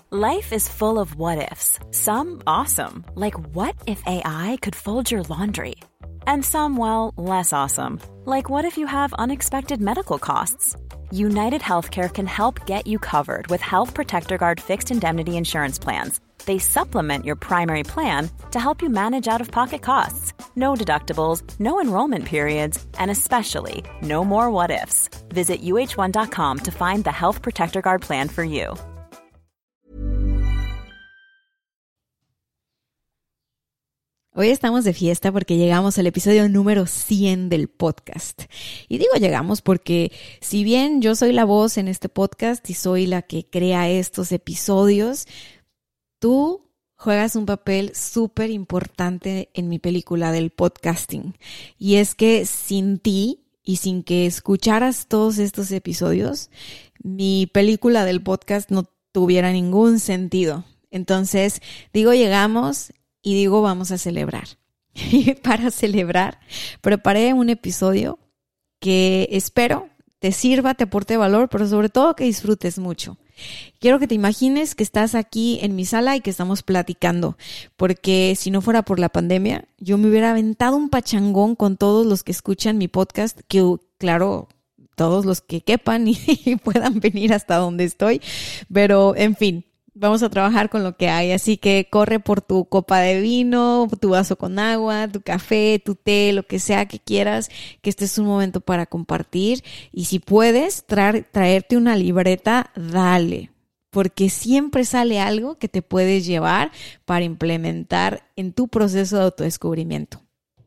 Life is full of what-ifs. Some awesome, like what if AI could fold your laundry? And some, well, less awesome, like what if you have unexpected medical costs? United Healthcare can help get you covered with Health Protector Guard fixed indemnity insurance plans. They supplement your primary plan to help you manage out-of-pocket costs. No deductibles, no enrollment periods, and especially no more what-ifs. Visit uh1.com to find the Health Protector Guard plan for you. Hoy estamos de fiesta porque llegamos al episodio número 100 del podcast. Y digo llegamos porque si bien yo soy la voz en este podcast y soy la que crea estos episodios, tú juegas un papel súper importante en mi película del podcasting. Y es que sin ti y sin que escucharas todos estos episodios, mi película del podcast no tuviera ningún sentido. Entonces, digo llegamos y digo vamos a celebrar. Y para celebrar, preparé un episodio que espero te sirva, te aporte valor, pero sobre todo que disfrutes mucho. Quiero que te imagines que estás aquí en mi sala y que estamos platicando, porque si no fuera por la pandemia, yo me hubiera aventado un pachangón con todos los que escuchan mi podcast, que claro, todos los que quepan y puedan venir hasta donde estoy, pero en fin. Vamos a trabajar con lo que hay, así que corre por tu copa de vino, tu vaso con agua, tu café, tu té, lo que sea que quieras, que este es un momento para compartir. Y si puedes traerte una libreta, dale, porque siempre sale algo que te puedes llevar para implementar en tu proceso de autodescubrimiento.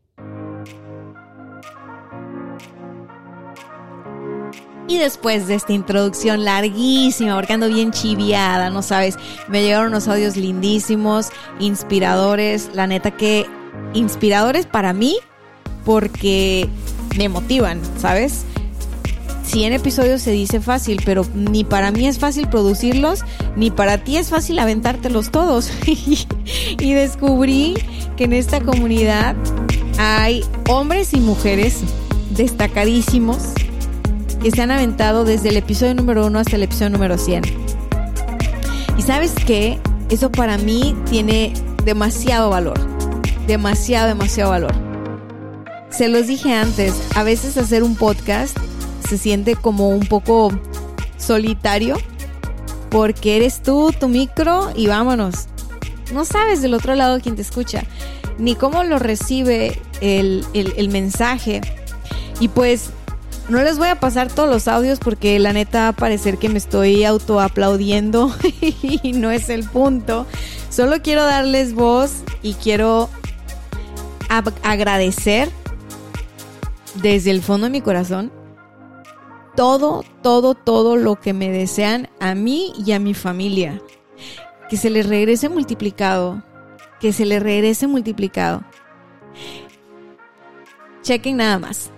Y después de esta introducción larguísima, porque ando bien chiviada, no sabes, me llegaron unos audios lindísimos, inspiradores, la neta que inspiradores para mí, porque me motivan, ¿sabes? 100 episodios se dice fácil, pero ni para mí es fácil producirlos, ni para ti es fácil aventártelos todos. Y descubrí que en esta comunidad hay hombres y mujeres destacadísimos que se han aventado desde el episodio número 1 hasta el episodio número 100. Y ¿sabes qué? Eso para mí tiene demasiado valor. Demasiado valor. Se los dije antes, a veces hacer un podcast se siente como un poco solitario porque eres tú, tu micro y vámonos. No sabes del otro lado quién te escucha, ni cómo lo recibe el mensaje. Y pues no les voy a pasar todos los audios porque la neta va a parecer que me estoy autoaplaudiendo y no es el punto. Solo quiero darles voz y quiero agradecer desde el fondo de mi corazón todo lo que me desean a mí y a mi familia. Que se les regrese multiplicado. Que se les regrese multiplicado. Chequen nada más.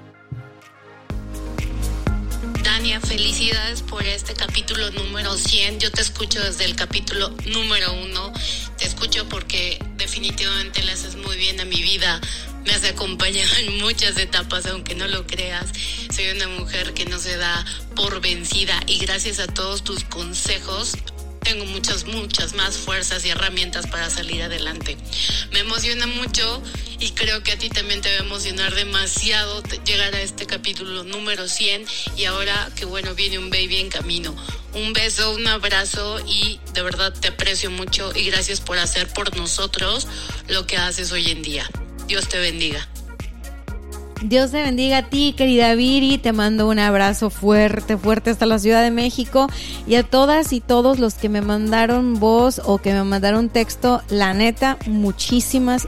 Tania, felicidades por este capítulo número 100. Yo te escucho desde el capítulo número 1. Te escucho porque definitivamente le haces muy bien a mi vida. Me has acompañado en muchas etapas, aunque no lo creas. Soy una mujer que no se da por vencida y gracias a todos tus consejos tengo muchas más fuerzas y herramientas para salir adelante. Me emociona mucho y creo que a ti también te va a emocionar demasiado llegar a este capítulo número 100 y ahora que bueno, viene un baby en camino. Un beso, un abrazo y de verdad te aprecio mucho y gracias por hacer por nosotros lo que haces hoy en día. Dios te bendiga. Dios te bendiga a ti, querida Viri. Te mando un abrazo fuerte hasta la Ciudad de México. Y a todas y todos los que me mandaron voz o que me mandaron texto, la neta, muchísimas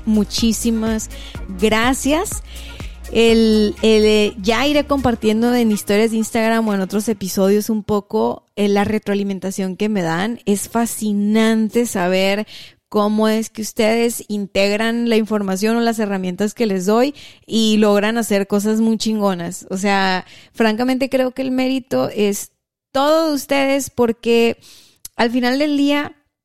gracias. Ya iré compartiendo en historias de Instagram o en otros episodios un poco la retroalimentación que me dan. Es fascinante saber cómo es que ustedes integran la información o las herramientas que les doy y logran hacer cosas muy chingonas. O sea, francamente creo que el mérito es todo de ustedes porque al final del día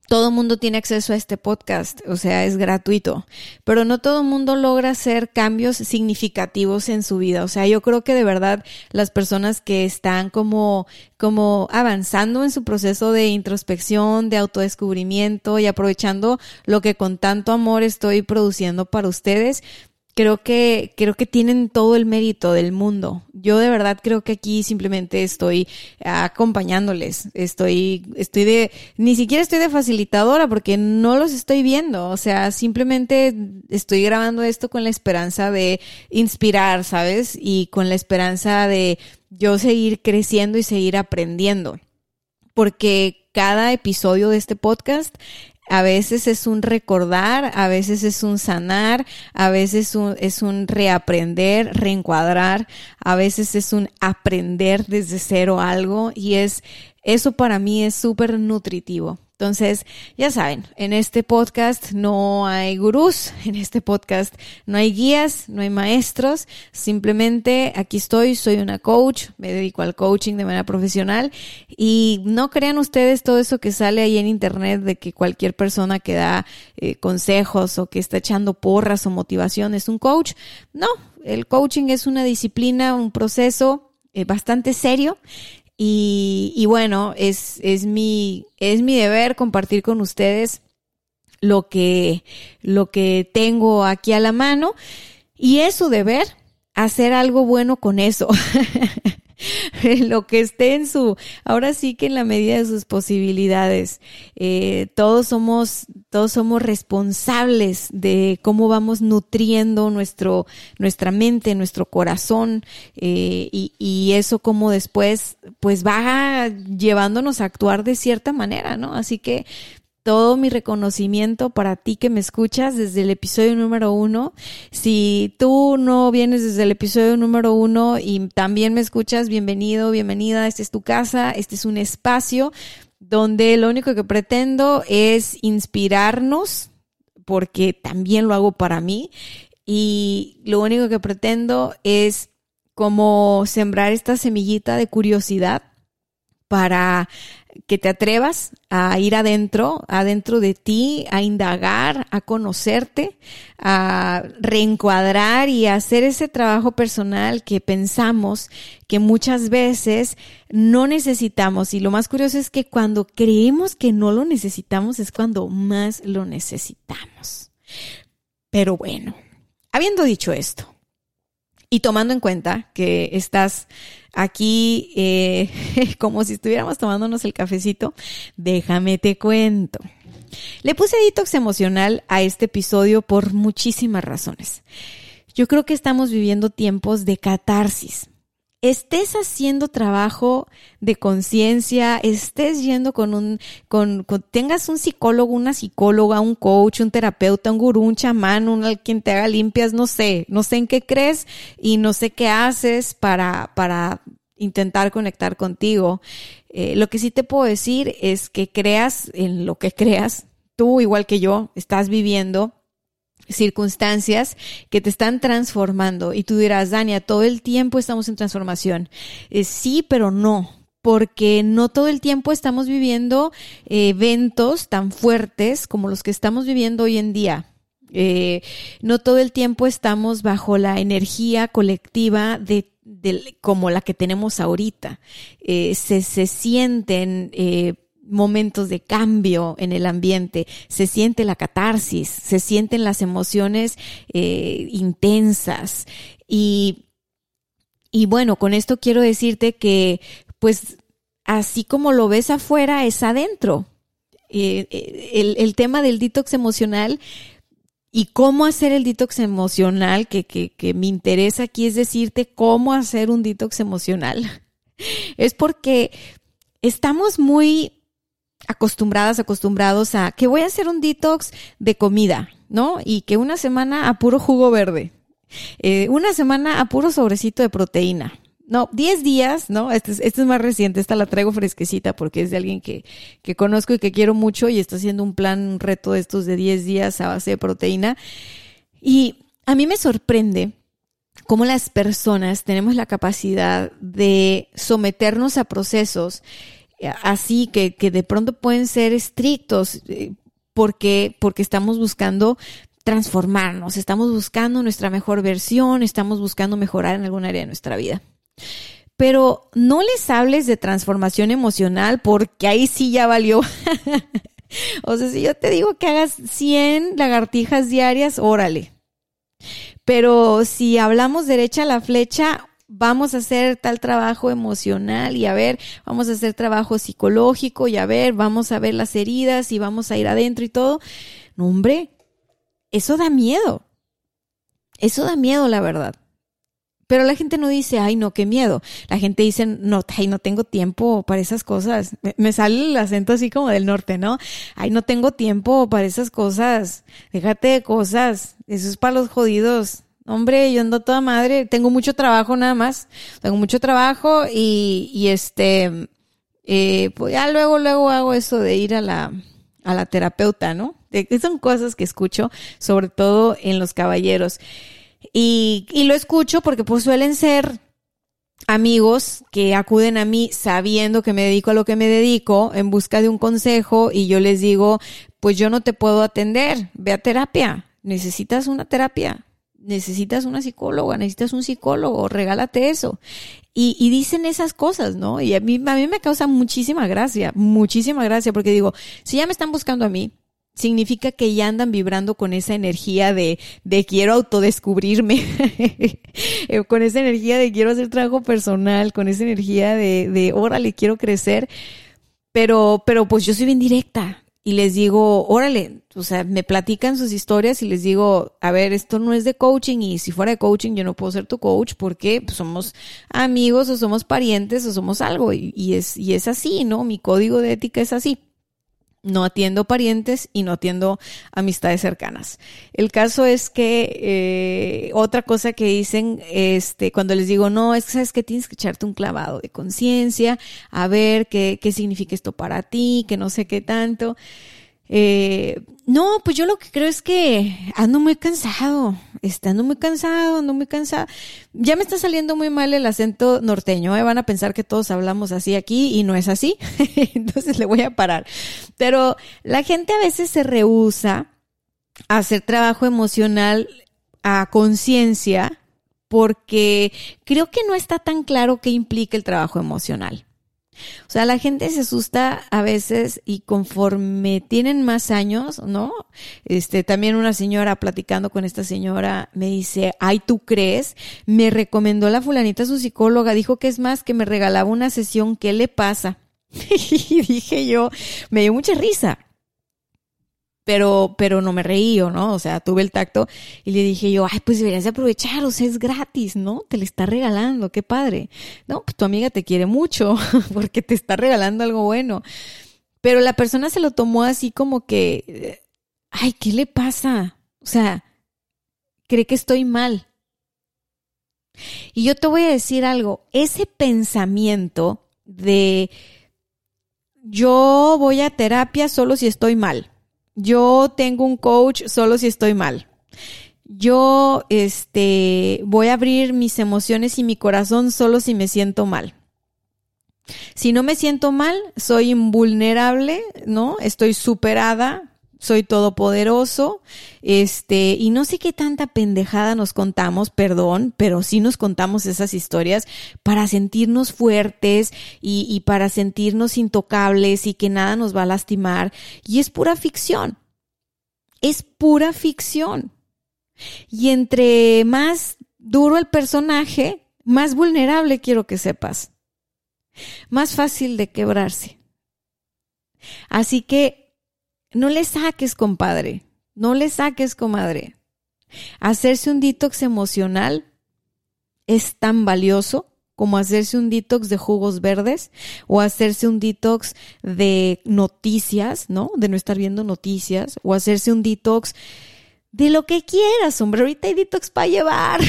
todo mundo tiene acceso a este podcast, o sea, es gratuito, pero no todo mundo logra hacer cambios significativos en su vida. O sea, yo creo que de verdad las personas que están como avanzando en su proceso de introspección, de autodescubrimiento y aprovechando lo que con tanto amor estoy produciendo para ustedes, creo que tienen todo el mérito del mundo. Yo de verdad creo que aquí simplemente estoy acompañándoles. Ni siquiera estoy de facilitadora porque no los estoy viendo. O sea, simplemente estoy grabando esto con la esperanza de inspirar, ¿sabes? Y con la esperanza de yo seguir creciendo y seguir aprendiendo. Porque cada episodio de este podcast a veces es un recordar, a veces es un sanar, a veces es un reaprender, reencuadrar, a veces es un aprender desde cero algo y eso para mí es súper nutritivo. Entonces, ya saben, en este podcast no hay gurús, en este podcast no hay guías, no hay maestros, simplemente aquí estoy, soy una coach, me dedico al coaching de manera profesional y no crean ustedes todo eso que sale ahí en internet de que cualquier persona que da consejos o que está echando porras o motivación es un coach. No, el coaching es una disciplina, un proceso bastante serio. Y bueno, es mi deber compartir con ustedes lo que tengo aquí a la mano y es su deber hacer algo bueno con eso. Lo que esté ahora sí que en la medida de sus posibilidades. Todos somos responsables de cómo vamos nutriendo nuestra mente, nuestro corazón, y eso como después pues va llevándonos a actuar de cierta manera, ¿no? Así que todo mi reconocimiento para ti que me escuchas desde el episodio número 1. Si tú no vienes desde el episodio número 1 y también me escuchas, bienvenido, bienvenida. Esta es tu casa, este es un espacio donde lo único que pretendo es inspirarnos, porque también lo hago para mí. Y lo único que pretendo es como sembrar esta semillita de curiosidad para que te atrevas a ir adentro de ti, a indagar, a conocerte, a reencuadrar y a hacer ese trabajo personal que pensamos que muchas veces no necesitamos. Y lo más curioso es que cuando creemos que no lo necesitamos es cuando más lo necesitamos. Pero bueno, habiendo dicho esto, y tomando en cuenta que estás aquí como si estuviéramos tomándonos el cafecito, déjame te cuento. Le puse detox emocional a este episodio por muchísimas razones. Yo creo que estamos viviendo tiempos de catarsis. Estés haciendo trabajo de conciencia, estés yendo tengas un psicólogo, una psicóloga, un coach, un terapeuta, un gurú, un chamán, quien te haga limpias, no sé en qué crees y no sé qué haces para intentar conectar contigo. Lo que sí te puedo decir es que creas en lo que creas, tú igual que yo estás viviendo circunstancias que te están transformando y tú dirás, Dania, todo el tiempo estamos en transformación. Sí, pero no, porque no todo el tiempo estamos viviendo eventos tan fuertes como los que estamos viviendo hoy en día. No todo el tiempo estamos bajo la energía colectiva como la que tenemos ahorita. Se sienten momentos de cambio en el ambiente, se siente la catarsis, se sienten las emociones intensas y bueno, con esto quiero decirte que pues así como lo ves afuera es adentro. El tema del detox emocional y cómo hacer el detox emocional que me interesa aquí es decirte cómo hacer un detox emocional. Es porque estamos muy acostumbrados a que voy a hacer un detox de comida, ¿no? Y que una semana a puro jugo verde, una semana a puro sobrecito de proteína. No, 10 días, ¿no? Este es más reciente, esta la traigo fresquecita porque es de alguien que conozco y que quiero mucho y está haciendo un reto de estos de 10 días a base de proteína. Y a mí me sorprende cómo las personas tenemos la capacidad de someternos a procesos así que de pronto pueden ser estrictos porque estamos buscando transformarnos, estamos buscando nuestra mejor versión, estamos buscando mejorar en algún área de nuestra vida. Pero no les hables de transformación emocional porque ahí sí ya valió. O sea, si yo te digo que hagas 100 lagartijas diarias, órale. Pero si hablamos derecha a la flecha, vamos a hacer tal trabajo emocional y a ver, vamos a hacer trabajo psicológico y a ver, vamos a ver las heridas y vamos a ir adentro y todo. No, hombre, eso da miedo. Eso da miedo, la verdad. Pero la gente no dice, ay, no, qué miedo. La gente dice, no, ay, no tengo tiempo para esas cosas. Me sale el acento así como del norte, ¿no? Ay, no tengo tiempo para esas cosas. Déjate de cosas. Eso es para los jodidos. Hombre, yo ando toda madre. Tengo mucho trabajo nada más. Tengo mucho trabajo y pues ya luego hago eso de ir a la terapeuta, ¿no? Son cosas que escucho, sobre todo en los caballeros. Y lo escucho porque pues suelen ser amigos que acuden a mí sabiendo que me dedico a lo que me dedico en busca de un consejo y yo les digo, pues yo no te puedo atender, ve a terapia, necesitas una terapia, necesitas una psicóloga, necesitas un psicólogo, regálate eso. Y dicen esas cosas, ¿no? Y a mí me causa muchísima gracia porque digo, si ya me están buscando a mí, significa que ya andan vibrando con esa energía de quiero autodescubrirme, con esa energía de quiero hacer trabajo personal, con esa energía de órale, quiero crecer, pero pues yo soy bien directa y les digo, órale, o sea, me platican sus historias y les digo, a ver, esto no es de coaching y si fuera de coaching yo no puedo ser tu coach porque pues, somos amigos o somos parientes o somos algo y es así, ¿no? Mi código de ética es así. No atiendo parientes y no atiendo amistades cercanas. El caso es que otra cosa que dicen cuando les digo, no, es que sabes que tienes que echarte un clavado de conciencia, a ver qué significa esto para ti, que no sé qué tanto. No, pues yo lo que creo es que ando muy cansado. Ya me está saliendo muy mal el acento norteño, Van a pensar que todos hablamos así aquí y no es así. Entonces le voy a parar. Pero la gente a veces se rehúsa a hacer trabajo emocional a conciencia porque creo que no está tan claro qué implica el trabajo emocional. O sea, la gente se asusta a veces y conforme tienen más años, ¿no? También una señora platicando con esta señora me dice, ay, ¿tú crees? Me recomendó la fulanita su psicóloga, dijo que es más que me regalaba una sesión, ¿qué le pasa? Y dije yo, me dio mucha risa. Pero no me reí, ¿no? O sea, tuve el tacto y le dije yo, ay, pues deberías de aprovechar, o sea, es gratis, ¿no? Te le está regalando, qué padre. No, pues tu amiga te quiere mucho porque te está regalando algo bueno. Pero la persona se lo tomó así como que, ay, ¿qué le pasa? O sea, cree que estoy mal. Y yo te voy a decir algo, ese pensamiento de yo voy a terapia solo si estoy mal. Yo tengo un coach solo si estoy mal. Yo voy a abrir mis emociones y mi corazón solo si me siento mal. Si no me siento mal, soy invulnerable, ¿no? Estoy superada, soy todopoderoso, y no sé qué tanta pendejada nos contamos, perdón, pero sí nos contamos esas historias para sentirnos fuertes y para sentirnos intocables y que nada nos va a lastimar. Y es pura ficción. Es pura ficción. Y entre más duro el personaje, más vulnerable quiero que sepas. Más fácil de quebrarse. Así que no le saques, compadre. No le saques, comadre. Hacerse un detox emocional es tan valioso como hacerse un detox de jugos verdes o hacerse un detox de noticias, ¿no? De no estar viendo noticias o hacerse un detox de lo que quieras, hombre. Ahorita hay detox para llevar.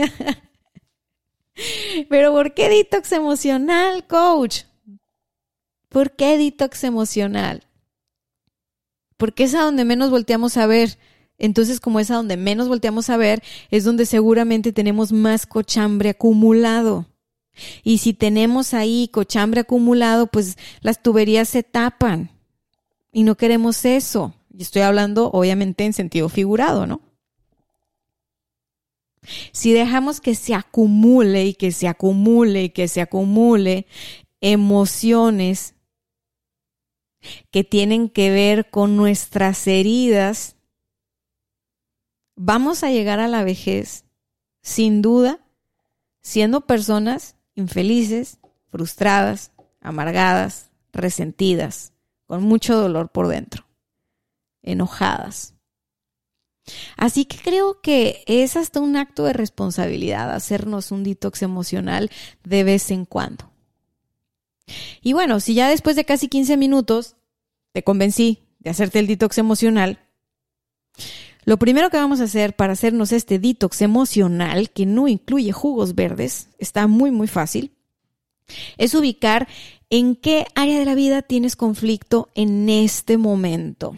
Pero ¿por qué detox emocional, coach? ¿Por qué detox emocional? Porque es a donde menos volteamos a ver. Entonces, como es a donde menos volteamos a ver, es donde seguramente tenemos más cochambre acumulado. Y si tenemos ahí cochambre acumulado, pues las tuberías se tapan y no queremos eso. Y estoy hablando obviamente en sentido figurado, ¿no? Si dejamos que se acumule y que se acumule y que se acumule emociones que tienen que ver con nuestras heridas, vamos a llegar a la vejez, sin duda, siendo personas infelices, frustradas, amargadas, resentidas, con mucho dolor por dentro, enojadas. Así que creo que es hasta un acto de responsabilidad hacernos un detox emocional de vez en cuando. Y bueno, si ya después de casi 15 minutos te convencí de hacerte el detox emocional, lo primero que vamos a hacer para hacernos este detox emocional, que no incluye jugos verdes, está muy muy fácil, es ubicar en qué área de la vida tienes conflicto en este momento.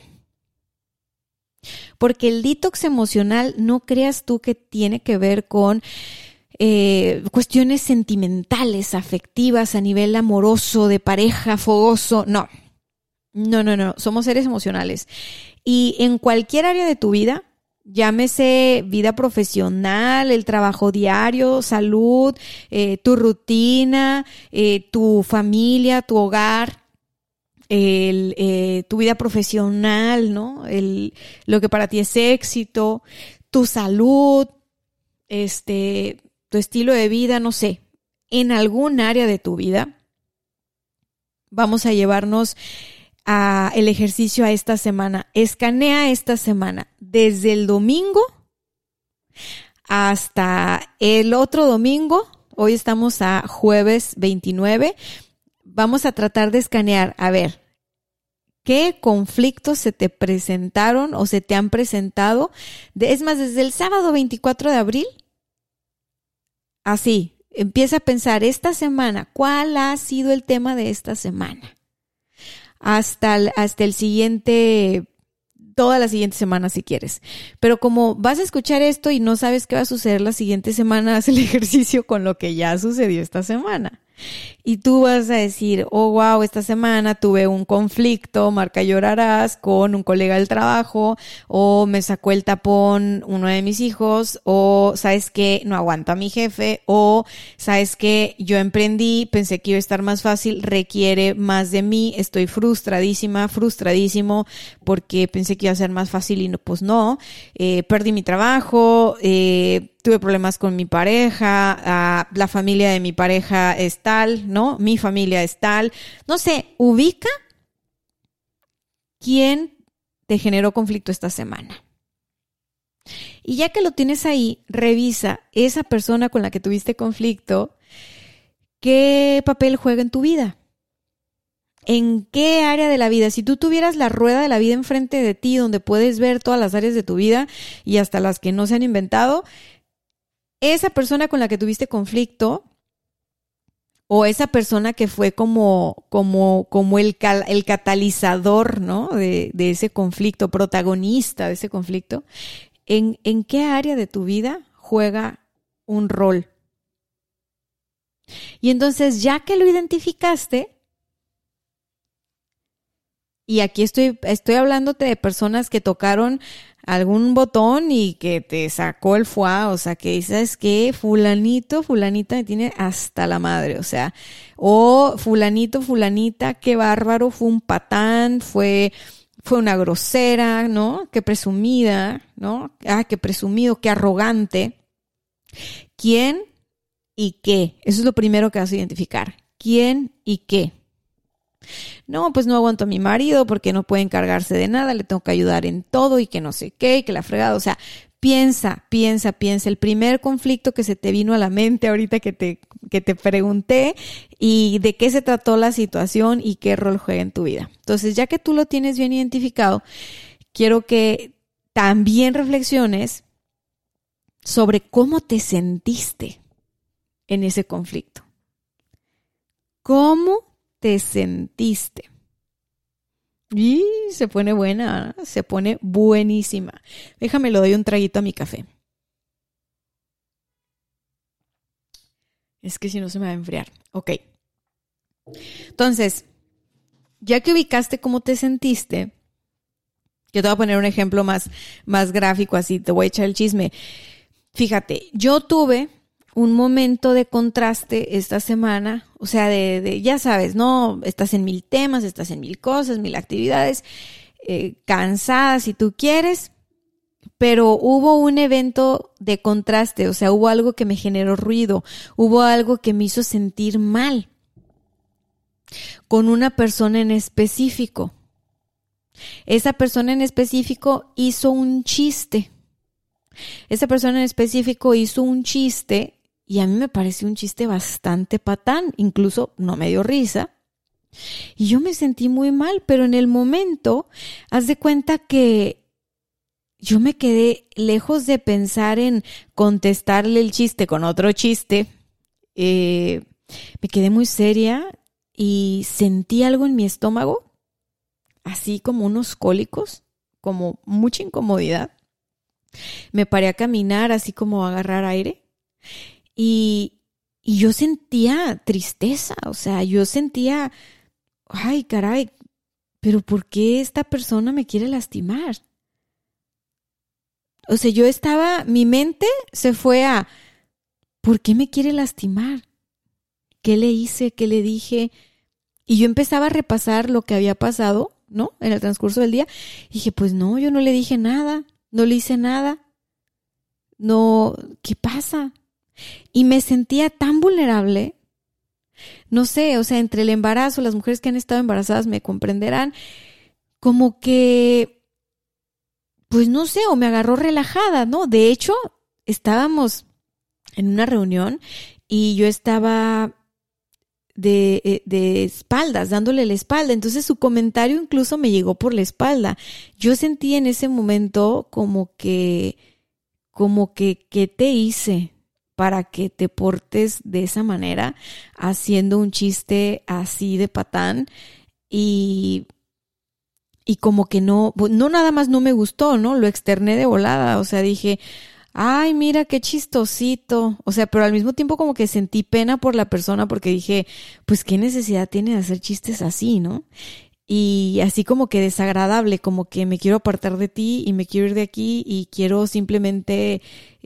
Porque el detox emocional no creas tú que tiene que ver con cuestiones sentimentales, afectivas, a nivel amoroso, de pareja, fogoso. No. Somos seres emocionales. Y en cualquier área de tu vida, llámese vida profesional, el trabajo diario, salud, tu rutina, tu familia, tu hogar, tu vida profesional, ¿no? Lo que para ti es éxito, tu salud, tu estilo de vida, no sé, en algún área de tu vida, vamos a llevarnos el ejercicio a esta semana. Escanea esta semana, desde el domingo hasta el otro domingo. Hoy estamos a jueves 29. Vamos a tratar de escanear, a ver, ¿qué conflictos se te presentaron o se te han presentado? Es más, desde el sábado 24 de abril, así, empieza a pensar esta semana, ¿cuál ha sido el tema de esta semana? Hasta el siguiente, toda la siguiente semana si quieres. Pero como vas a escuchar esto y no sabes qué va a suceder la siguiente semana, haz el ejercicio con lo que ya sucedió esta semana. Y tú vas a decir, oh wow, esta semana tuve un conflicto, marca llorarás, con un colega del trabajo, o me sacó el tapón uno de mis hijos, o sabes que no aguanta a mi jefe, o sabes que yo emprendí, pensé que iba a estar más fácil, requiere más de mí, estoy frustradísimo, porque pensé que iba a ser más fácil y no, pues no, perdí mi trabajo, tuve problemas con mi pareja, la familia de mi pareja es tal, ¿no? Mi familia es tal. No sé, ubica quién te generó conflicto esta semana. Y ya que lo tienes ahí, revisa esa persona con la que tuviste conflicto, ¿qué papel juega en tu vida? ¿En qué área de la vida? Si tú tuvieras la rueda de la vida enfrente de ti, donde puedes ver todas las áreas de tu vida y hasta las que no se han inventado, esa persona con la que tuviste conflicto o esa persona que fue como el catalizador, ¿no? de ese conflicto, protagonista de ese conflicto, ¿en qué área de tu vida juega un rol? Y entonces, ya que lo identificaste, y aquí estoy hablándote de personas que tocaron algún botón y que te sacó el fuá, o sea, que dices que fulanita me tiene hasta la madre, o sea, o fulanita, qué bárbaro, fue un patán, fue una grosera, ¿no? Qué presumida, ¿no? Qué presumido, qué arrogante. ¿Quién y qué? Eso es lo primero que vas a identificar. ¿Quién y qué? No, pues no aguanto a mi marido porque no puede encargarse de nada, le tengo que ayudar en todo y que no sé qué, y que la fregada, o sea, piensa. El primer conflicto que se te vino a la mente ahorita que te pregunté y de qué se trató la situación y qué rol juega en tu vida. Entonces, ya que tú lo tienes bien identificado, quiero que también reflexiones sobre cómo te sentiste en ese conflicto. ¿Cómo te sentiste? Y se pone buena, se pone buenísima. Le doy un traguito a mi café. Es que si no se me va a enfriar. Ok. Entonces, ya que ubicaste cómo te sentiste, yo te voy a poner un ejemplo más gráfico, así te voy a echar el chisme. Fíjate, yo tuve un momento de contraste esta semana, o sea, ya sabes, ¿no? Estás en 1000 temas, estás en 1000 cosas, 1000 actividades, cansada si tú quieres, pero hubo un evento de contraste, o sea, hubo algo que me generó ruido, hubo algo que me hizo sentir mal con una persona en específico. Esa persona en específico hizo un chiste. Esa persona en específico hizo un chiste y a mí me pareció un chiste bastante patán, incluso no me dio risa. Y yo me sentí muy mal, pero en el momento, haz de cuenta que yo me quedé lejos de pensar en contestarle el chiste con otro chiste. Me quedé muy seria y sentí algo en mi estómago, así como unos cólicos, como mucha incomodidad. Me paré a caminar, así como a agarrar aire. Y yo sentía tristeza, o sea, yo sentía, ay, caray, pero ¿por qué esta persona me quiere lastimar? O sea, mi mente se fue a, ¿por qué me quiere lastimar? ¿Qué le hice? ¿Qué le dije? Y yo empezaba a repasar lo que había pasado, ¿no? En el transcurso del día. Y dije, pues no, yo no le dije nada, no le hice nada. No, ¿qué pasa? Y me sentía tan vulnerable. No sé, o sea, entre el embarazo, las mujeres que han estado embarazadas me comprenderán, como que, pues no sé, o me agarró relajada, ¿no? De hecho, estábamos en una reunión y yo estaba de espaldas, dándole la espalda. Entonces su comentario incluso me llegó por la espalda. Yo sentí en ese momento como que, ¿qué te hice para que te portes de esa manera, haciendo un chiste así de patán? Y como que no nada más no me gustó, ¿no? Lo externé de volada, o sea, dije, ay, mira qué chistosito. O sea, pero al mismo tiempo como que sentí pena por la persona porque dije, pues qué necesidad tiene de hacer chistes así, ¿no? Y así como que desagradable, como que me quiero apartar de ti y me quiero ir de aquí y quiero simplemente,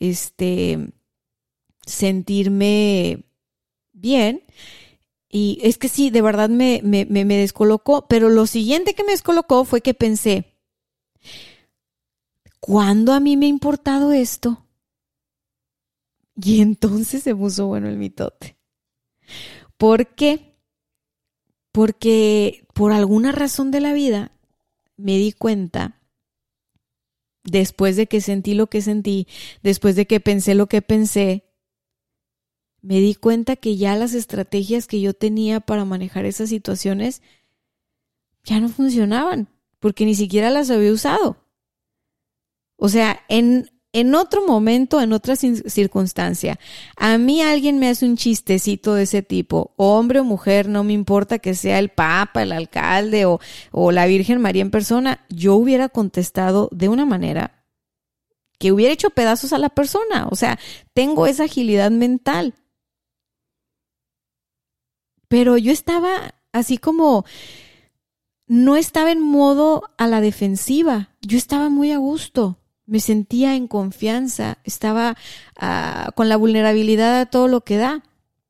sentirme bien. Y es que sí, de verdad me descolocó, pero lo siguiente que me descolocó fue que pensé, ¿cuándo a mí me ha importado esto? Y entonces se puso bueno el mitote. ¿Por qué? Porque por alguna razón de la vida me di cuenta, después de que sentí lo que sentí, después de que pensé lo que pensé, me di cuenta que ya las estrategias que yo tenía para manejar esas situaciones ya no funcionaban, porque ni siquiera las había usado. O sea, en otro momento, en otra circunstancia, a mí alguien me hace un chistecito de ese tipo, hombre o mujer, no me importa que sea el Papa, el alcalde o la Virgen María en persona, yo hubiera contestado de una manera que hubiera hecho pedazos a la persona. O sea, tengo esa agilidad mental. Pero yo estaba así como, no estaba en modo a la defensiva, yo estaba muy a gusto. Me sentía en confianza, estaba con la vulnerabilidad a todo lo que da.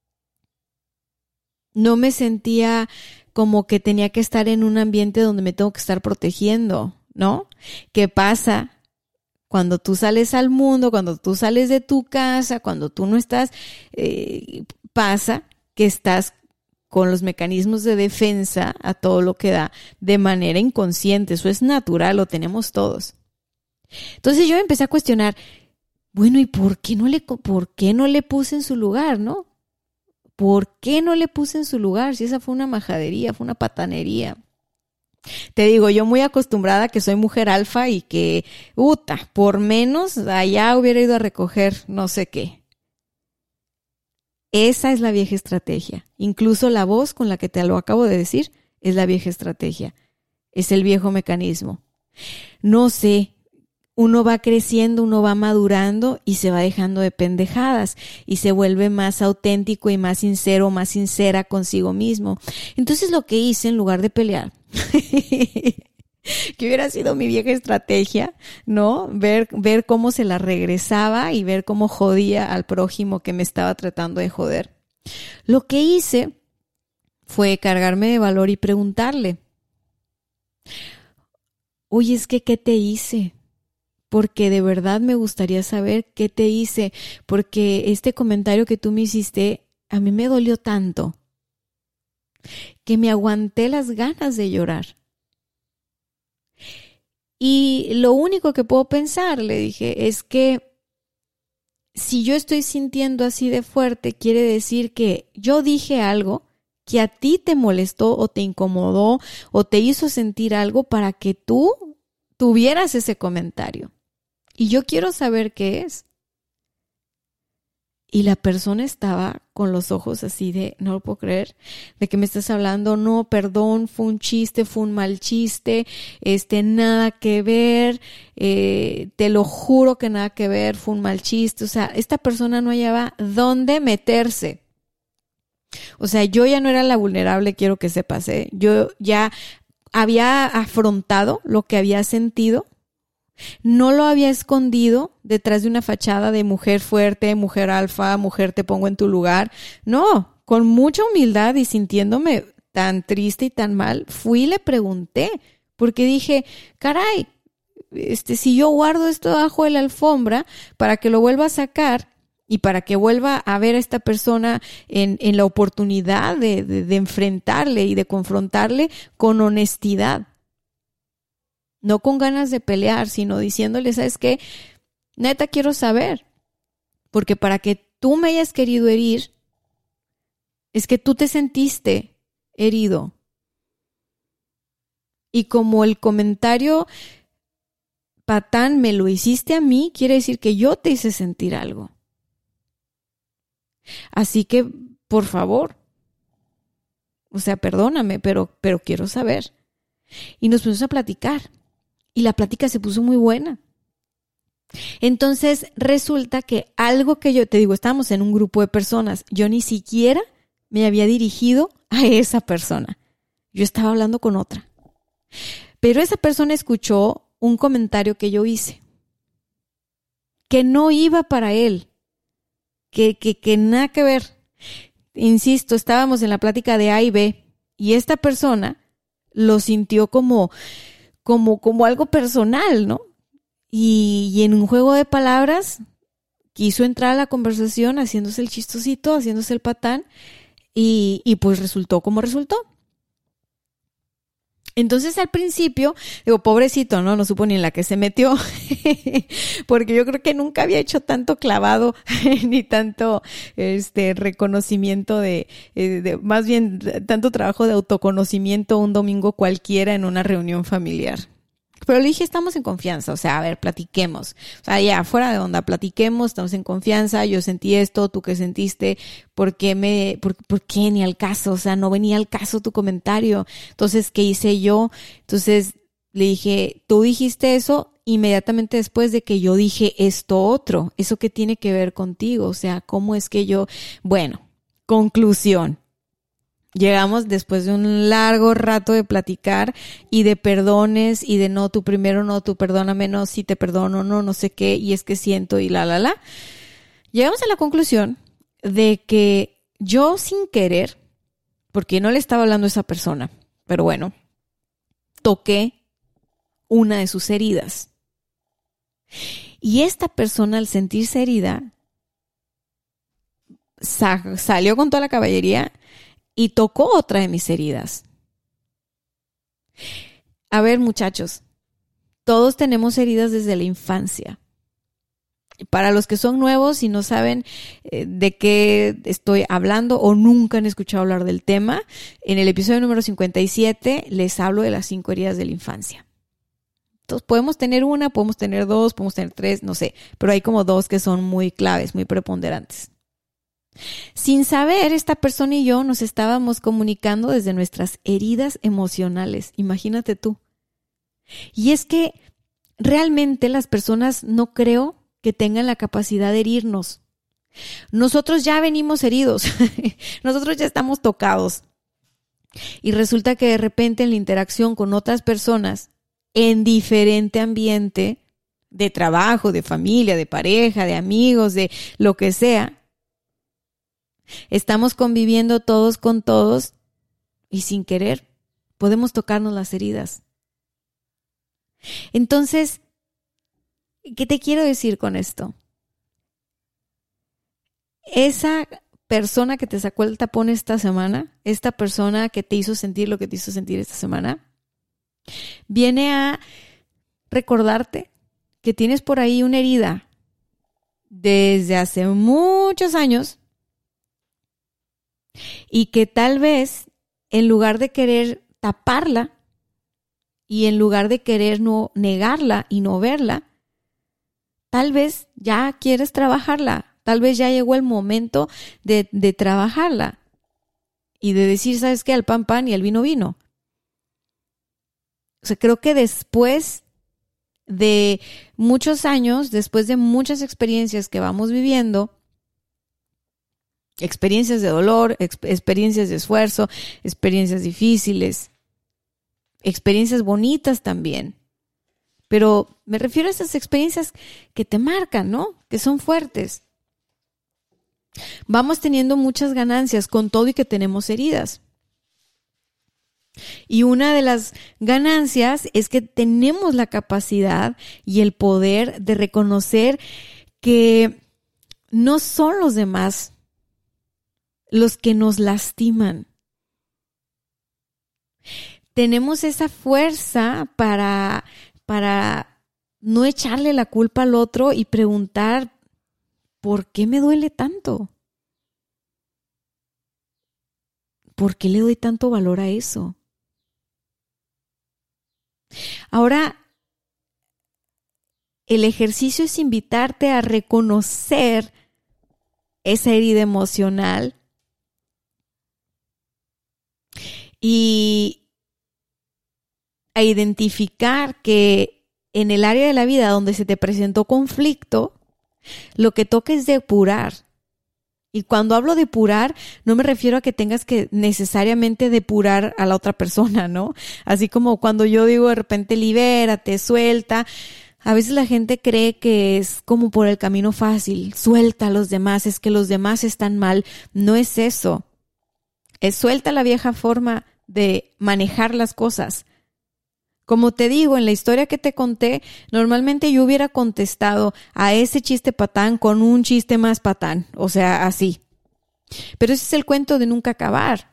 No me sentía como que tenía que estar en un ambiente donde me tengo que estar protegiendo, ¿no? ¿Qué pasa cuando tú sales al mundo, cuando tú sales de tu casa, cuando tú no estás? Pasa que estás con los mecanismos de defensa a todo lo que da de manera inconsciente. Eso es natural, lo tenemos todos. Entonces yo empecé a cuestionar, bueno, ¿y por qué no le puse en su lugar, no? ¿Por qué no le puse en su lugar? Si esa fue una majadería, fue una patanería. Te digo, yo muy acostumbrada que soy mujer alfa y que, por menos allá hubiera ido a recoger no sé qué. Esa es la vieja estrategia. Incluso la voz con la que te lo acabo de decir es la vieja estrategia. Es el viejo mecanismo. No sé. uno va creciendo, uno va madurando y se va dejando de pendejadas y se vuelve más auténtico y más sincero, más sincera consigo mismo. Entonces lo que hice en lugar de pelear, que hubiera sido mi vieja estrategia, ¿no? Ver cómo se la regresaba y ver cómo jodía al prójimo que me estaba tratando de joder. Lo que hice fue cargarme de valor y preguntarle, oye, es que ¿qué te hice? Porque de verdad me gustaría saber qué te hice, porque este comentario que tú me hiciste a mí me dolió tanto que me aguanté las ganas de llorar. Y lo único que puedo pensar, le dije, es que si yo estoy sintiendo así de fuerte, quiere decir que yo dije algo que a ti te molestó o te incomodó o te hizo sentir algo para que tú tuvieras ese comentario. Y yo quiero saber qué es. Y la persona estaba con los ojos así de, no lo puedo creer, ¿de qué me estás hablando? No, perdón, fue un chiste, fue un mal chiste, nada que ver, te lo juro que nada que ver, fue un mal chiste. O sea, esta persona no hallaba dónde meterse. O sea, yo ya no era la vulnerable, quiero que sepas, ¿eh? Yo ya había afrontado lo que había sentido. No lo había escondido detrás de una fachada de mujer fuerte, mujer alfa, mujer te pongo en tu lugar. No, con mucha humildad y sintiéndome tan triste y tan mal, fui y le pregunté, porque dije, caray, si yo guardo esto debajo de la alfombra para que lo vuelva a sacar y para que vuelva a ver a esta persona en la oportunidad de enfrentarle y de confrontarle con honestidad. No con ganas de pelear, sino diciéndole, ¿sabes qué? Neta quiero saber, porque para que tú me hayas querido herir, es que tú te sentiste herido. Y como el comentario patán me lo hiciste a mí, quiere decir que yo te hice sentir algo. Así que, por favor, o sea, perdóname, pero quiero saber. Y nos pusimos a platicar. Y la plática se puso muy buena. Entonces resulta que algo que yo te digo, estábamos en un grupo de personas, yo ni siquiera me había dirigido a esa persona. Yo estaba hablando con otra. Pero esa persona escuchó un comentario que yo hice, que no iba para él, que nada que ver. Insisto, estábamos en la plática de A y B y esta persona lo sintió como algo personal, ¿no? Y en un juego de palabras quiso entrar a la conversación haciéndose el chistosito, haciéndose el patán y pues resultó como resultó. Entonces al principio, digo, pobrecito, no supo ni en la que se metió, porque yo creo que nunca había hecho tanto clavado ni tanto reconocimiento de más bien tanto trabajo de autoconocimiento un domingo cualquiera en una reunión familiar. Pero le dije, estamos en confianza, o sea, a ver, platiquemos. O sea, ya, fuera de onda, platiquemos, estamos en confianza, yo sentí esto, tú qué sentiste, ¿por qué ni al caso? O sea, no venía al caso tu comentario. Entonces, ¿qué hice yo? Entonces, le dije, tú dijiste eso inmediatamente después de que yo dije esto otro. ¿Eso qué tiene que ver contigo? O sea, ¿cómo es que yo...? Bueno, conclusión. Llegamos después de un largo rato de platicar y de perdones y de no, tú primero, no, tú perdóname, no, sí te perdono, no sé qué, y es que siento y la. Llegamos a la conclusión de que yo sin querer, porque no le estaba hablando a esa persona, pero bueno, toqué una de sus heridas. Y esta persona al sentirse herida salió con toda la caballería y tocó otra de mis heridas. A ver, muchachos, todos tenemos heridas desde la infancia. Para los que son nuevos y no saben de qué estoy hablando o nunca han escuchado hablar del tema, en el episodio número 57 les hablo de las 5 heridas de la infancia. Entonces, podemos tener una, podemos tener 2, podemos tener 3, no sé, pero hay como 2 que son muy claves, muy preponderantes. Sin saber, esta persona y yo nos estábamos comunicando desde nuestras heridas emocionales. Imagínate tú. Y es que realmente las personas no creo que tengan la capacidad de herirnos. Nosotros ya venimos heridos, nosotros ya estamos tocados. Y resulta que de repente en la interacción con otras personas, en diferente ambiente, de trabajo, de familia, de pareja, de amigos, de lo que sea, estamos conviviendo todos con todos y sin querer podemos tocarnos las heridas. Entonces, ¿qué te quiero decir con esto? Esa persona que te sacó el tapón esta semana, esta persona que te hizo sentir lo que te hizo sentir esta semana, viene a recordarte que tienes por ahí una herida desde hace muchos años y que tal vez en lugar de querer taparla y en lugar de querer no negarla y no verla, tal vez ya quieres trabajarla. Tal vez ya llegó el momento de trabajarla y de decir, ¿sabes qué? Al pan, pan y al vino, vino. O sea, creo que después de muchos años, después de muchas experiencias que vamos viviendo, experiencias de dolor, experiencias de esfuerzo, experiencias difíciles, experiencias bonitas también. Pero me refiero a esas experiencias que te marcan, ¿no? Que son fuertes. Vamos teniendo muchas ganancias con todo y que tenemos heridas. Y una de las ganancias es que tenemos la capacidad y el poder de reconocer que no son los demás los que nos lastiman. Tenemos esa fuerza para no echarle la culpa al otro y preguntar, ¿por qué me duele tanto? ¿Por qué le doy tanto valor a eso? Ahora, el ejercicio es invitarte a reconocer esa herida emocional y a identificar que en el área de la vida donde se te presentó conflicto, lo que toca es depurar. Y cuando hablo de depurar, no me refiero a que tengas que necesariamente depurar a la otra persona, ¿no? Así como cuando yo digo de repente libérate, suelta. A veces la gente cree que es como por el camino fácil. Suelta a los demás, es que los demás están mal. No es eso. Es suelta la vieja forma de manejar las cosas. Como te digo, en la historia que te conté, normalmente yo hubiera contestado a ese chiste patán con un chiste más patán, o sea, así. Pero ese es el cuento de nunca acabar.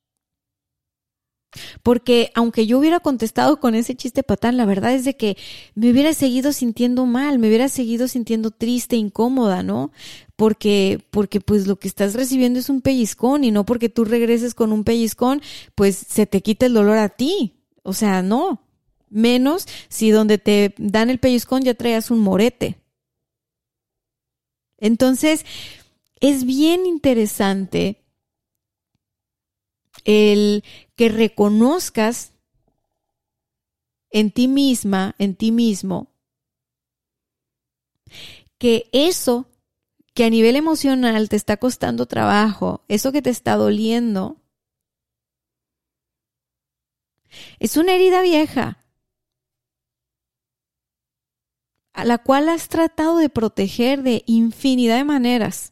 Porque aunque yo hubiera contestado con ese chiste patán, la verdad es de que me hubiera seguido sintiendo mal, me hubiera seguido sintiendo triste, incómoda, ¿no? Porque pues lo que estás recibiendo es un pellizcón y no porque tú regreses con un pellizcón, pues se te quita el dolor a ti. O sea, no. Menos si donde te dan el pellizcón ya traías un morete. Entonces, es bien interesante el que reconozcas en ti misma, en ti mismo, que eso que a nivel emocional te está costando trabajo, eso que te está doliendo, es una herida vieja a la cual has tratado de proteger de infinidad de maneras.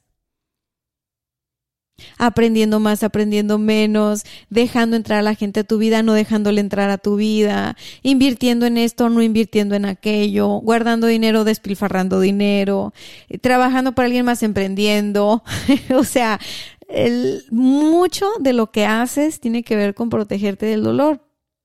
Aprendiendo más, aprendiendo menos, dejando entrar a la gente a tu vida, no dejándole entrar a tu vida, invirtiendo en esto, no invirtiendo en aquello, guardando dinero, despilfarrando dinero, trabajando para alguien más, emprendiendo. O sea, mucho de lo que haces tiene que ver con protegerte del dolor.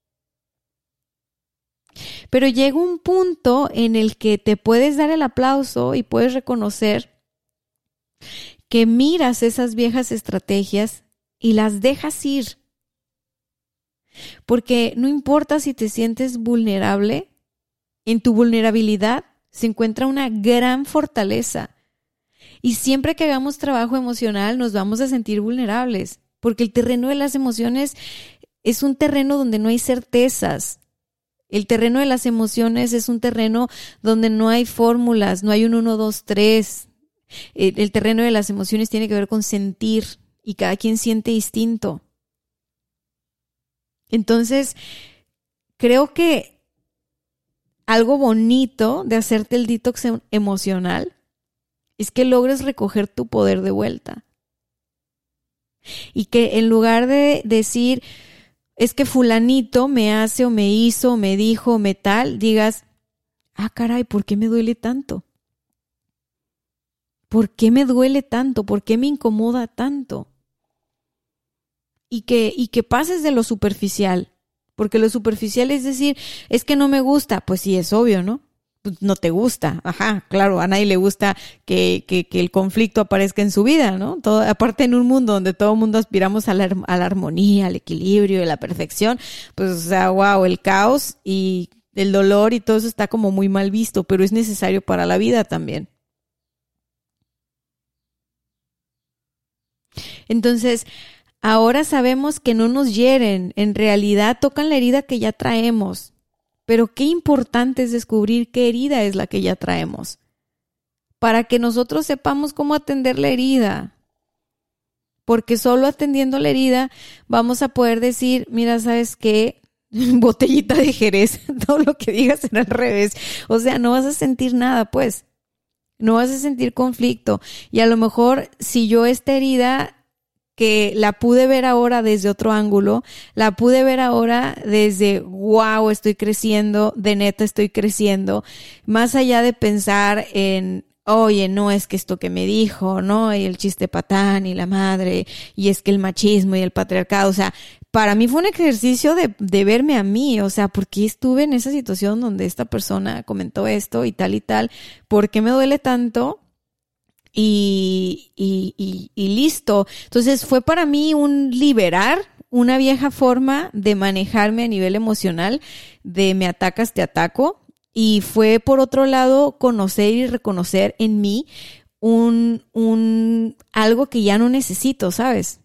Pero llega un punto en el que te puedes dar el aplauso y puedes reconocer que miras esas viejas estrategias y las dejas ir. Porque no importa si te sientes vulnerable, en tu vulnerabilidad se encuentra una gran fortaleza. Y siempre que hagamos trabajo emocional nos vamos a sentir vulnerables, porque el terreno de las emociones es un terreno donde no hay certezas. El terreno de las emociones es un terreno donde no hay fórmulas, no hay un 1, 2, 3. El terreno de las emociones tiene que ver con sentir y cada quien siente distinto. Entonces, creo que algo bonito de hacerte el detox emocional es que logres recoger tu poder de vuelta. Y que en lugar de decir, es que fulanito me hace o me hizo o me dijo o me tal, digas, caray, ¿por qué me duele tanto? ¿Por qué me duele tanto? ¿Por qué me incomoda tanto? Y que pases de lo superficial, porque lo superficial es decir, es que no me gusta, pues sí, es obvio, ¿no? Pues no te gusta, ajá, claro, a nadie le gusta que el conflicto aparezca en su vida, ¿no? Aparte en un mundo donde todo el mundo aspiramos a la armonía, al equilibrio, a la perfección, pues o sea, wow, el caos y el dolor y todo eso está como muy mal visto, pero es necesario para la vida también. Entonces, ahora sabemos que no nos hieren, en realidad tocan la herida que ya traemos. Pero qué importante es descubrir qué herida es la que ya traemos, para que nosotros sepamos cómo atender la herida. Porque solo atendiendo la herida vamos a poder decir, mira, ¿sabes qué? Botellita de Jerez, todo lo que digas será al revés. O sea, no vas a sentir nada, pues. No vas a sentir conflicto. Y a lo mejor si yo esta herida que la pude ver ahora desde otro ángulo, la pude ver ahora desde, wow, estoy creciendo, de neta estoy creciendo, más allá de pensar en, oye, no es que esto que me dijo, ¿no? Y el chiste patán y la madre, y es que el machismo y el patriarcado, o sea, para mí fue un ejercicio de verme a mí, o sea, ¿por qué estuve en esa situación donde esta persona comentó esto y tal, ¿por qué me duele tanto? Y listo. Entonces fue para mí un liberar una vieja forma de manejarme a nivel emocional, de me atacas, te ataco. Y fue por otro lado conocer y reconocer en mí algo que ya no necesito, ¿sabes?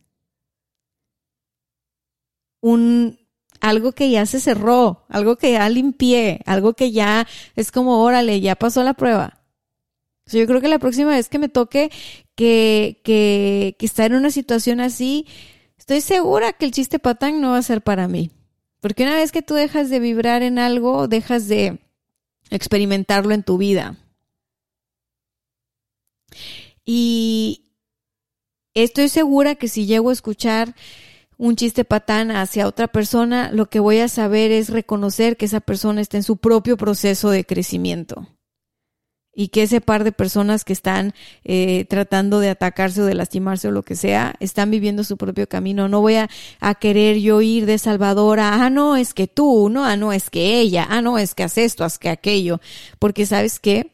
Algo que ya se cerró, algo que ya limpié, algo que ya es como, órale, ya pasó la prueba. O sea, yo creo que la próxima vez que me toque que estar en una situación así, estoy segura que el chiste patán no va a ser para mí. Porque una vez que tú dejas de vibrar en algo, dejas de experimentarlo en tu vida. Y estoy segura que si llego a escuchar un chiste patán hacia otra persona, lo que voy a saber es reconocer que esa persona está en su propio proceso de crecimiento. Y que ese par de personas que están tratando de atacarse o de lastimarse o lo que sea, están viviendo su propio camino. No voy a querer yo ir de salvadora, no, es que tú, no, es que ella, no, es que haz esto, haz que aquello. Porque ¿sabes qué?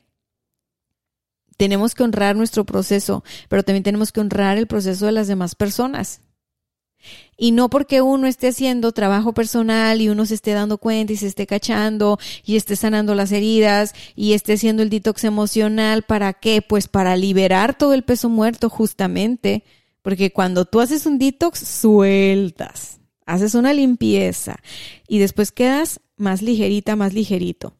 Tenemos que honrar nuestro proceso, pero también tenemos que honrar el proceso de las demás personas. Y no porque uno esté haciendo trabajo personal y uno se esté dando cuenta y se esté cachando y esté sanando las heridas y esté haciendo el detox emocional, ¿para qué? Pues para liberar todo el peso muerto justamente, porque cuando tú haces un detox, sueltas, haces una limpieza y después quedas más ligerita, más ligerito.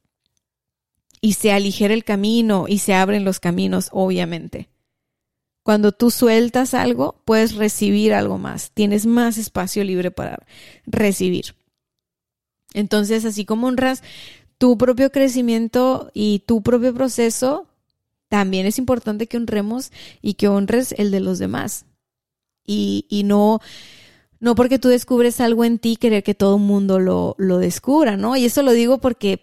Y se aligera el camino y se abren los caminos, obviamente. Cuando tú sueltas algo, puedes recibir algo más. Tienes más espacio libre para recibir. Entonces, así como honras tu propio crecimiento y tu propio proceso, también es importante que honremos y que honres el de los demás. Y no porque tú descubres algo en ti, querer que todo el mundo lo descubra, ¿no? Y eso lo digo porque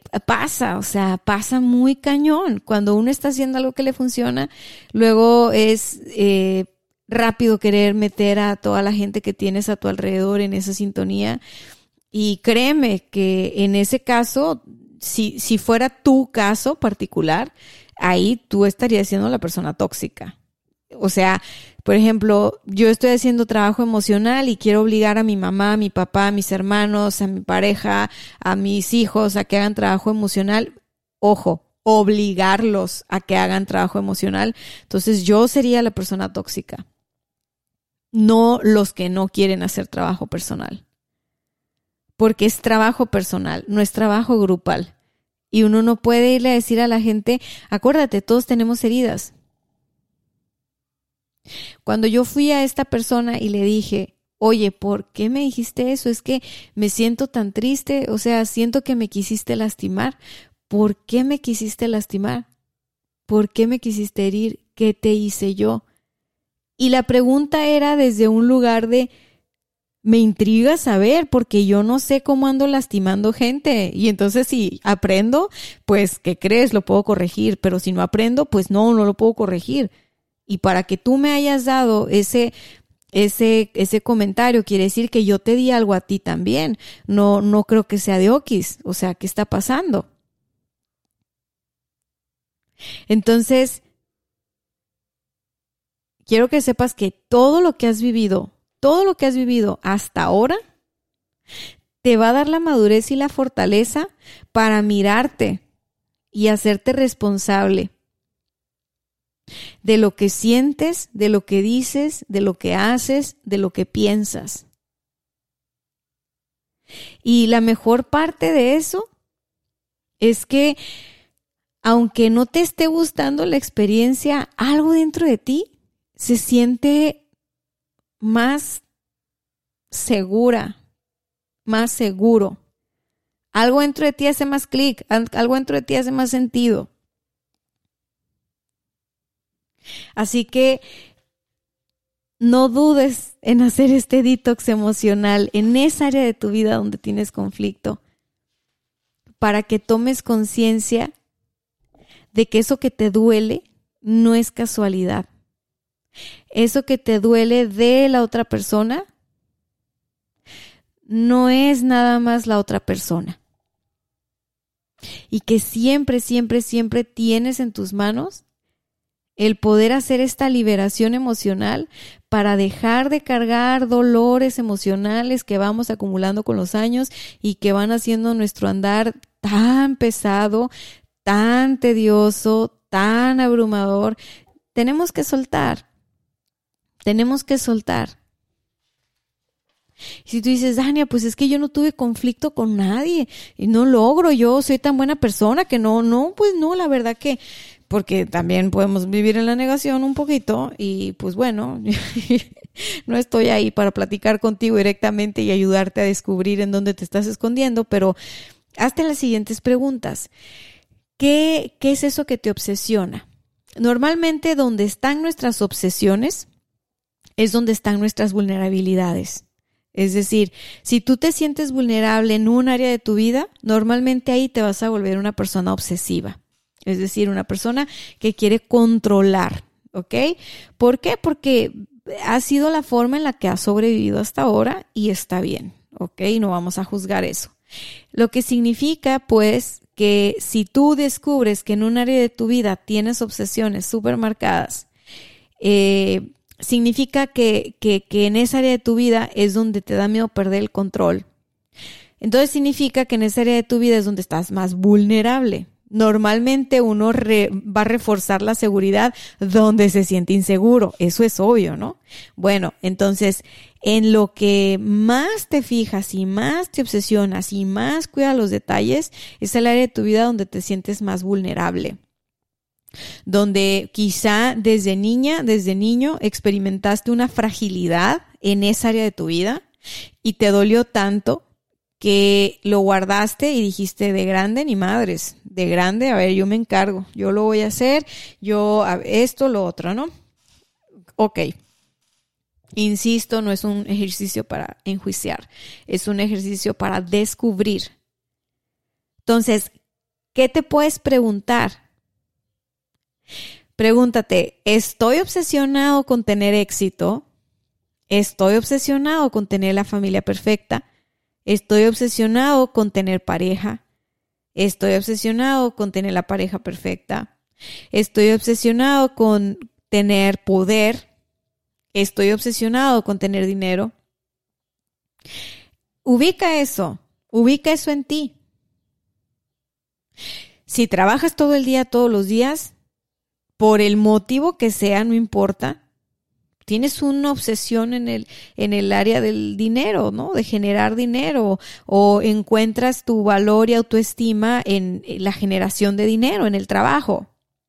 pasa muy cañón. Cuando uno está haciendo algo que le funciona, luego es rápido querer meter a toda la gente que tienes a tu alrededor en esa sintonía. Y créeme que en ese caso, si fuera tu caso particular, ahí tú estarías siendo la persona tóxica. O sea, por ejemplo, yo estoy haciendo trabajo emocional y quiero obligar a mi mamá, a mi papá, a mis hermanos, a mi pareja, a mis hijos a que hagan trabajo emocional. Ojo, obligarlos a que hagan trabajo emocional. Entonces yo sería la persona tóxica, no los que no quieren hacer trabajo personal. porque es trabajo personal, no es trabajo grupal. Y uno no puede irle a decir a la gente, acuérdate, todos tenemos heridas. Cuando yo fui a esta persona y le dije, oye, ¿por qué me dijiste eso? Es que me siento tan triste, o sea, siento que me quisiste lastimar. ¿Por qué me quisiste lastimar? ¿Por qué me quisiste herir? ¿Qué te hice yo? Y la pregunta era desde un lugar de, me intriga saber, porque yo no sé cómo ando lastimando gente. Y entonces si aprendo, pues, ¿qué crees? Lo puedo corregir. Pero si no aprendo, pues no lo puedo corregir. Y para que tú me hayas dado ese comentario, quiere decir que yo te di algo a ti también. No creo que sea de okis. O sea, ¿qué está pasando? Entonces, quiero que sepas que todo lo que has vivido hasta ahora, te va a dar la madurez y la fortaleza para mirarte y hacerte responsable de lo que sientes, de lo que dices, de lo que haces, de lo que piensas. Y la mejor parte de eso es que, aunque no te esté gustando la experiencia, algo dentro de ti se siente más segura, más seguro. Algo dentro de ti hace más clic, algo dentro de ti hace más sentido. Así que no dudes en hacer este detox emocional en esa área de tu vida donde tienes conflicto, para que tomes conciencia de que eso que te duele no es casualidad. Eso que te duele de la otra persona no es nada más la otra persona. Y que siempre, siempre, siempre tienes en tus manos el poder hacer esta liberación emocional para dejar de cargar dolores emocionales que vamos acumulando con los años y que van haciendo nuestro andar tan pesado, tan tedioso, tan abrumador. Tenemos que soltar. Tenemos que soltar. Y si tú dices, Dania, pues es que yo no tuve conflicto con nadie y no logro, yo soy tan buena persona que pues no, la verdad que, porque también podemos vivir en la negación un poquito y pues bueno, no estoy ahí para platicar contigo directamente y ayudarte a descubrir en dónde te estás escondiendo, pero hazte las siguientes preguntas. ¿Qué es eso que te obsesiona? Normalmente donde están nuestras obsesiones es donde están nuestras vulnerabilidades. Es decir, si tú te sientes vulnerable en un área de tu vida, normalmente ahí te vas a volver una persona obsesiva. Es decir, una persona que quiere controlar, ¿ok? ¿Por qué? Porque ha sido la forma en la que has sobrevivido hasta ahora y está bien, ¿ok? No vamos a juzgar eso. Lo que significa, pues, que si tú descubres que en un área de tu vida tienes obsesiones súper marcadas, significa que en esa área de tu vida es donde te da miedo perder el control. Entonces significa que en esa área de tu vida es donde estás más vulnerable. Normalmente uno va a reforzar la seguridad donde se siente inseguro. Eso es obvio, ¿no? Bueno, entonces, en lo que más te fijas y más te obsesionas y más cuidas los detalles, es el área de tu vida donde te sientes más vulnerable. Donde quizá desde niña, desde niño, experimentaste una fragilidad en esa área de tu vida y te dolió tanto que lo guardaste y dijiste, de grande ni madres, de grande, a ver, yo me encargo, yo lo voy a hacer, esto, lo otro, ¿no? Ok. Insisto, no es un ejercicio para enjuiciar, es un ejercicio para descubrir. Entonces, ¿qué te puedes preguntar? Pregúntate, ¿estoy obsesionado con tener éxito? ¿Estoy obsesionado con tener la familia perfecta? ¿Estoy obsesionado con tener pareja? ¿Estoy obsesionado con tener la pareja perfecta? ¿Estoy obsesionado con tener poder? ¿Estoy obsesionado con tener dinero? Ubica eso en ti. Si trabajas todo el día, todos los días, por el motivo que sea, no importa, tienes una obsesión en el área del dinero, ¿no? De generar dinero, o encuentras tu valor y autoestima en la generación de dinero, en el trabajo.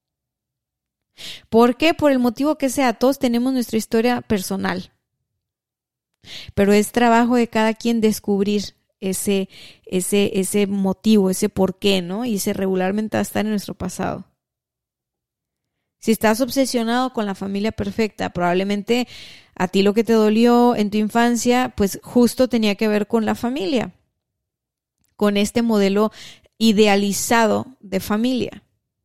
¿Por qué? Por el motivo que sea, todos tenemos nuestra historia personal. Pero es trabajo de cada quien descubrir ese motivo, ese por qué, ¿no? Y ese regularmente va a estar en nuestro pasado. Si estás obsesionado con la familia perfecta, probablemente a ti lo que te dolió en tu infancia, pues justo tenía que ver con la familia, con este modelo idealizado de familia.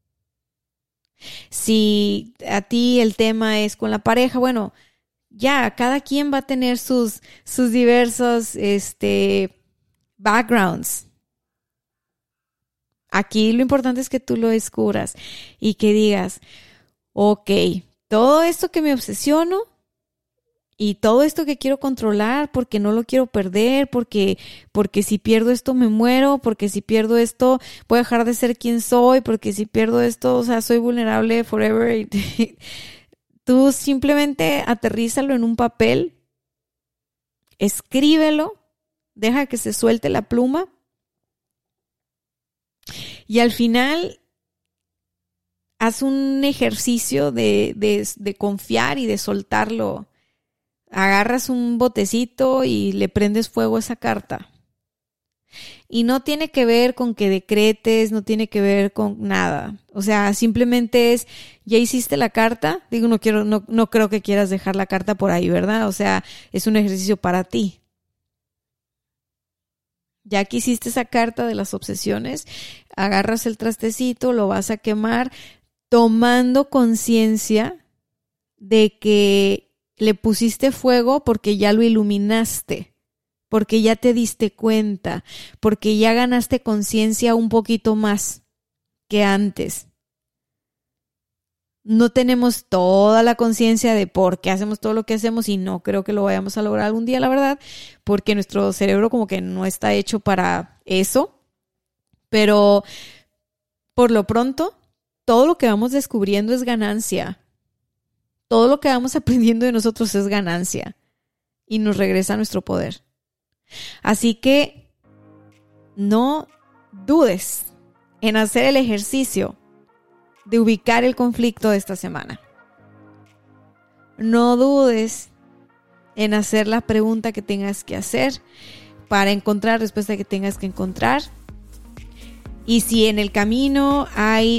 Si a ti el tema es con la pareja, bueno, ya cada quien va a tener sus diversos backgrounds. Aquí lo importante es que tú lo descubras y que digas, ok, todo esto que me obsesiono y todo esto que quiero controlar porque no lo quiero perder, porque si pierdo esto me muero, porque si pierdo esto voy a dejar de ser quien soy, porque si pierdo esto, o sea, soy vulnerable forever. Tú simplemente aterrízalo en un papel, escríbelo, deja que se suelte la pluma y al final haz un ejercicio de confiar y de soltarlo. Agarras un botecito y le prendes fuego a esa carta. Y no tiene que ver con que decretes, no tiene que ver con nada. O sea, simplemente es, ya hiciste la carta. Digo, no creo que quieras dejar la carta por ahí, ¿verdad? O sea, es un ejercicio para ti. Ya que hiciste esa carta de las obsesiones, agarras el trastecito, lo vas a quemar, tomando conciencia de que le pusiste fuego porque ya lo iluminaste, porque ya te diste cuenta, porque ya ganaste conciencia un poquito más que antes. No tenemos toda la conciencia de por qué hacemos todo lo que hacemos y no creo que lo vayamos a lograr algún día, la verdad, porque nuestro cerebro como que no está hecho para eso. Pero por lo pronto, todo lo que vamos descubriendo es ganancia. Todo lo que vamos aprendiendo de nosotros es ganancia y nos regresa nuestro poder. Así que no dudes en hacer el ejercicio de ubicar el conflicto de esta semana. No dudes en hacer la pregunta que tengas que hacer para encontrar la respuesta que tengas que encontrar. Y si en el camino hay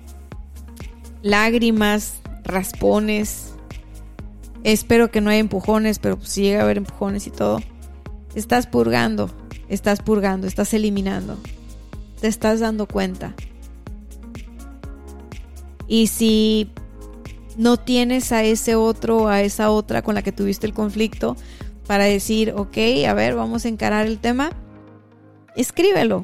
lágrimas, raspones, espero que no haya empujones, pero pues si llega a haber empujones y todo, estás purgando, estás eliminando, te estás dando cuenta. Y si no tienes a ese otro, a esa otra con la que tuviste el conflicto para decir, ok, a ver, vamos a encarar el tema, escríbelo,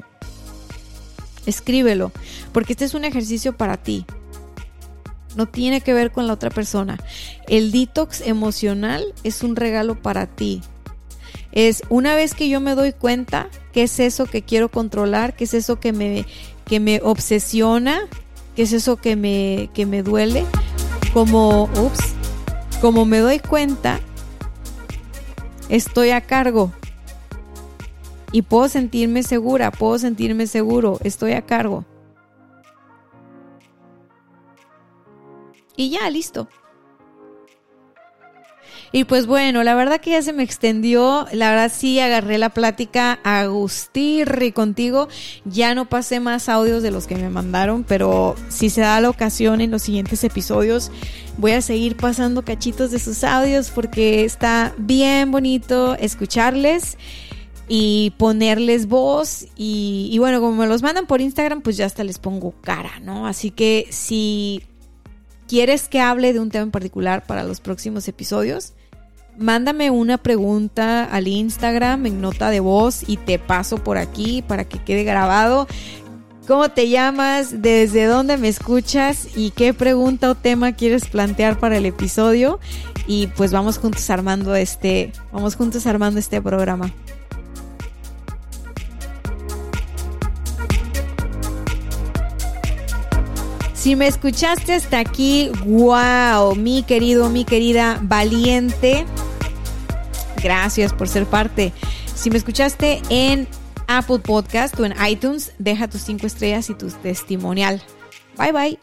porque este es un ejercicio para ti. No tiene que ver con la otra persona. El detox emocional es un regalo para ti. Es una vez que yo me doy cuenta qué es eso que quiero controlar, qué es eso que me obsesiona, qué es eso que me duele. Como me doy cuenta, estoy a cargo. Y puedo sentirme segura, seguro, estoy a cargo. Y ya, listo. Y pues bueno, la verdad que ya se me extendió. La verdad sí agarré la plática a gustirri contigo. Ya no pasé más audios de los que me mandaron, pero si se da la ocasión en los siguientes episodios, voy a seguir pasando cachitos de sus audios porque está bien bonito escucharles y ponerles voz. Y bueno, como me los mandan por Instagram, pues ya hasta les pongo cara, ¿no? Así que si quieres que hable de un tema en particular para los próximos episodios, mándame una pregunta al Instagram en nota de voz y te paso por aquí para que quede grabado. ¿Cómo te llamas? ¿Desde dónde me escuchas? ¿Y qué pregunta o tema quieres plantear para el episodio? Y pues vamos juntos armando este programa. Si me escuchaste hasta aquí, wow, mi querido, mi querida valiente, gracias por ser parte. Si me escuchaste en Apple Podcast o en iTunes, deja tus 5 estrellas y tu testimonial. Bye, bye.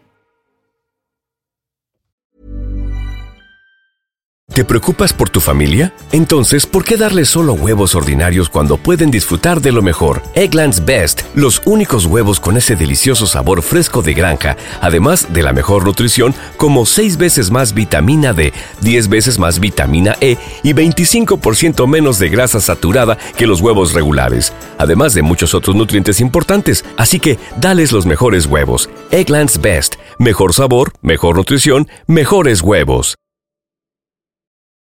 ¿Te preocupas por tu familia? Entonces, ¿por qué darles solo huevos ordinarios cuando pueden disfrutar de lo mejor? Eggland's Best, los únicos huevos con ese delicioso sabor fresco de granja, además de la mejor nutrición, como 6 veces más vitamina D, 10 veces más vitamina E y 25% menos de grasa saturada que los huevos regulares, además de muchos otros nutrientes importantes. Así que, dales los mejores huevos. Eggland's Best, mejor sabor, mejor nutrición, mejores huevos.